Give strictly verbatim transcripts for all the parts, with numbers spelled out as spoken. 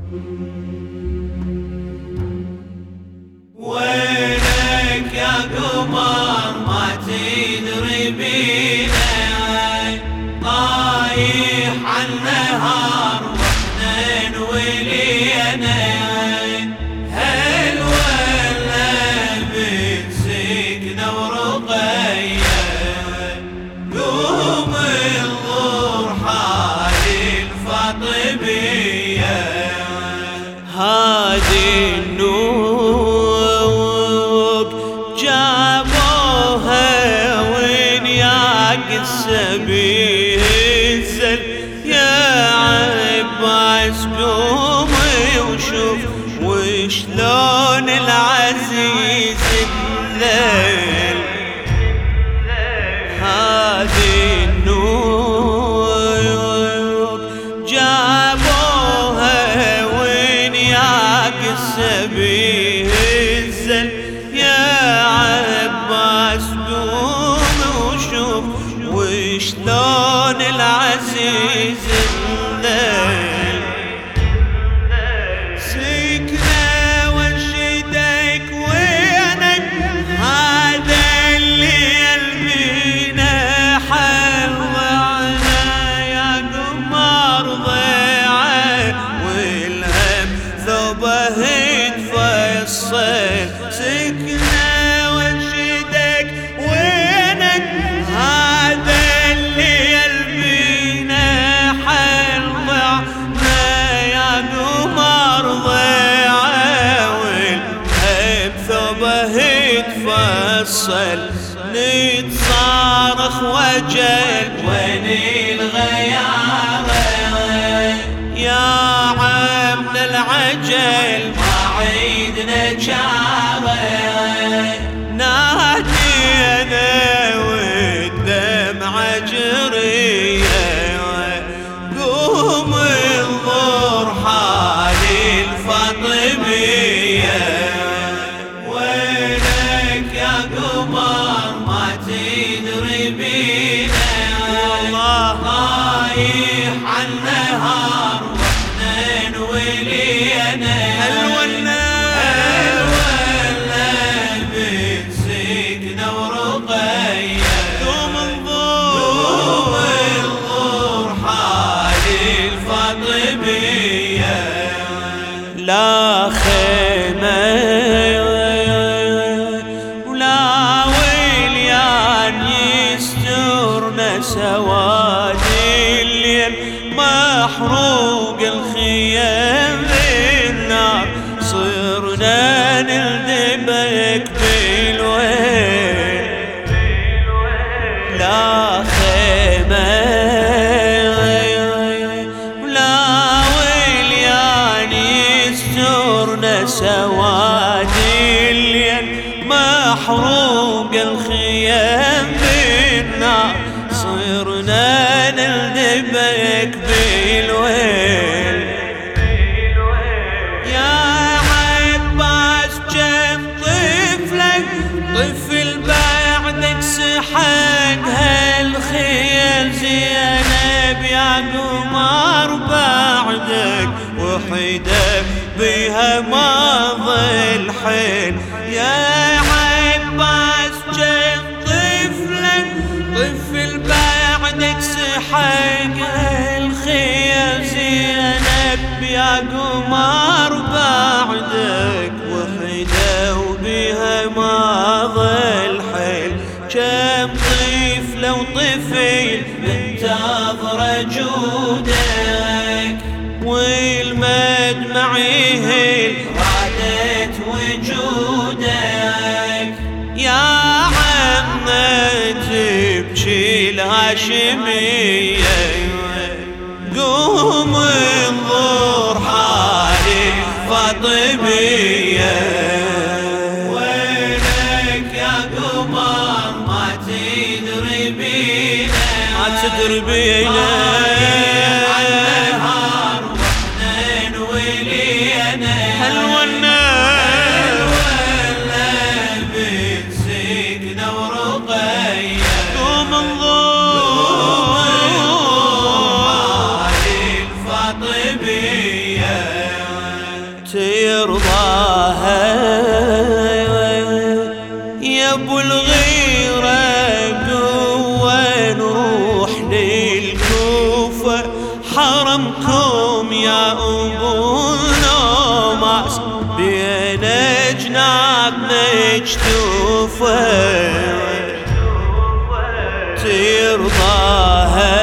وينك يا قمر ما تدري بينا، طايح عالنهار واحنا نولينا، هل ولا بتسكنا ورقية، قوم انظر حال الفاطمية، هذه النوق جابوها وين ياقس بيهزل، يا عباس قوم وشوف وشلون العزيز انذل، هذه النوق جابوها وين ياقس بيهزل، يا عباس قوم وشوف وشلون العزيز انذل، سكنة وانشدك وينك، هذا اللي بينا حل ضعنا يا قمر ضيعه، والهم ثوبه يتفصل، سكنة وانشدك وينك، هذا اللي بينا حل ضعنا يا قمر ضيعه، والهم ثوبه يتفصل، نتصارخ وجل وين الغيارة، يا عمنا العجل ما عيدنا جارة، نادينا والدمعة جرية، قوم انظر حال الفاطمية، وينك يا قمر ما تدري بينا، طايح عالنهار واحنا نولينا، هل ولا بتسكنا ورقية، قوم انظر حال الفاطمية، لا خيمة ولا وليان يسترنا، سواد الليل محروق الخيام بالنار، صرنا نلدبك بالويل، لا خيمة ولا وليان يسترنا، سواد الليل محروق الخيام بالنار، صرنا نلدبك بالويل، يا عباس كم طفلك طفل بعدك سحق هالخيل، زينب يا قمر بعدك وحدك بها ما ظل حيل، يا عباس كم طفلك طفل بعدك سحق الخيل، زينب يا قمر بعدك وحده وبها ما ظل حيل، كم طفل وطفل منتظر جودك، والمدمع يهل رادت وجودك، يا عمنا تبكي الهاشمية، قوم انظر حال الفاطمية، وينك يا قمر ما تدري بينا، ما تدري بينا، عالنهار واحنا نولينا، هل ولا بتسكنا ورقية، قوم انظر الفاطمية، ترضاها يا ابو الغيرة قوة نروح للكوفة حرمكم يا ابو النوماس بين جناب مجتوفة ترضاها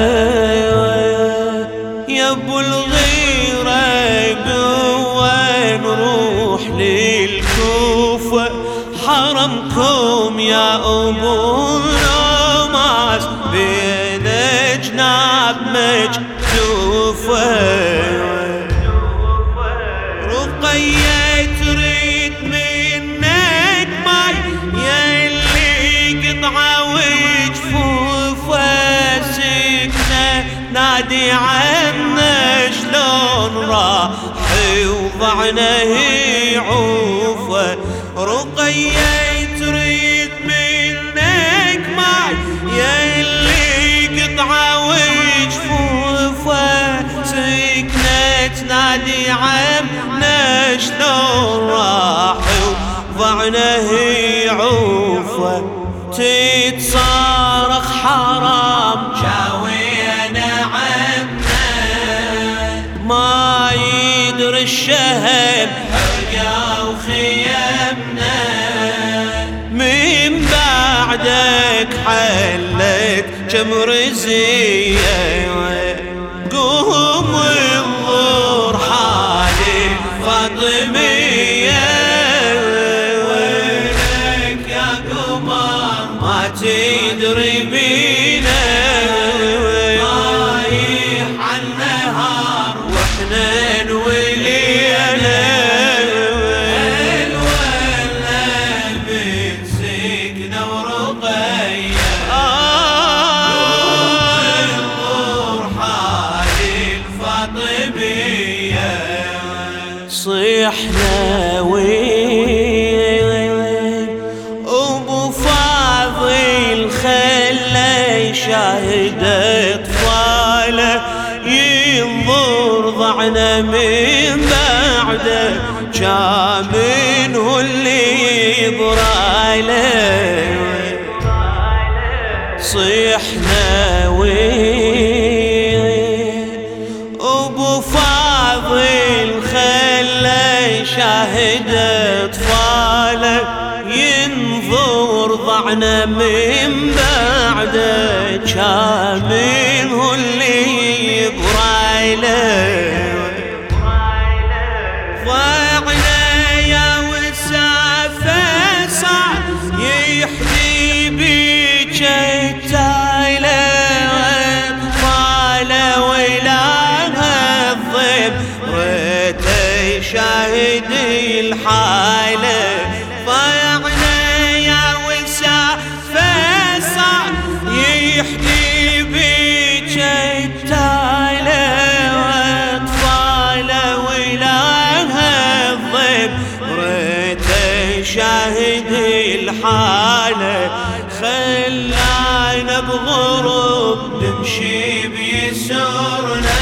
يا ابو الغيرة قوة نروح للكوفة حرمكم يا ابو النوماس بين جناب مجتوفة رقية تريد منك ماي يا اللي قطعة وجفوفة سكنة نادي عنا شلون راح وضعنا هي عوفة رقية تريد منك ماي يا اللي قطعة وجفوفة سكنة تنادي عنا شلون راح وضعنا هي عوفة تتصارخ حرام شاوينا عنا ما يدري الشهم حرقا وخيمنا من بعدك حلت جمرزية قوم انظر حالي فاطمية وينك يا قمر ما تدري بينا رايح عالنهار واحنا نولينا الولا من سكنة ورقية انظر حالي الفاطمية صيحنا وين ابو فاضل خلى يشاهد اطفاله ينظر ضعنا من بعده جامن هو اللي يبراله صيحنا وين ابو فاضل خلى يشاهد اطفاله ينظر ضعنا من بعده كامل هو اللي يبراله ضعنا يا وسافة صعب يحدي بيك التايله طاله ويلاها الضيب ريت يشاهد الحاله ضيعنا يا وسافة صعب يحدي بيك التايله واطفاله ويلاها الضيب ريت يشاهد الحاله خلانا بغرب نمشي بيسرنا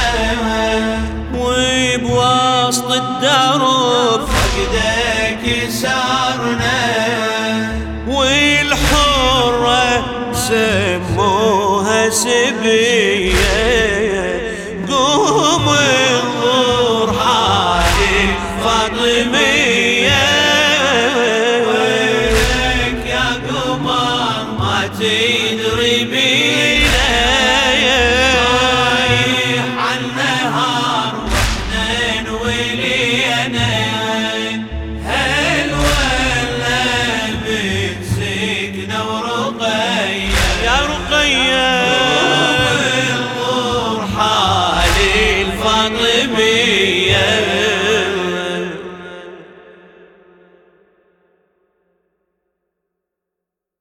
وبوسط الدرب فقدك سارنا والحرة سموها سبية قوم انظر حالي فاطمية وينك يا قمر ما تدري بيه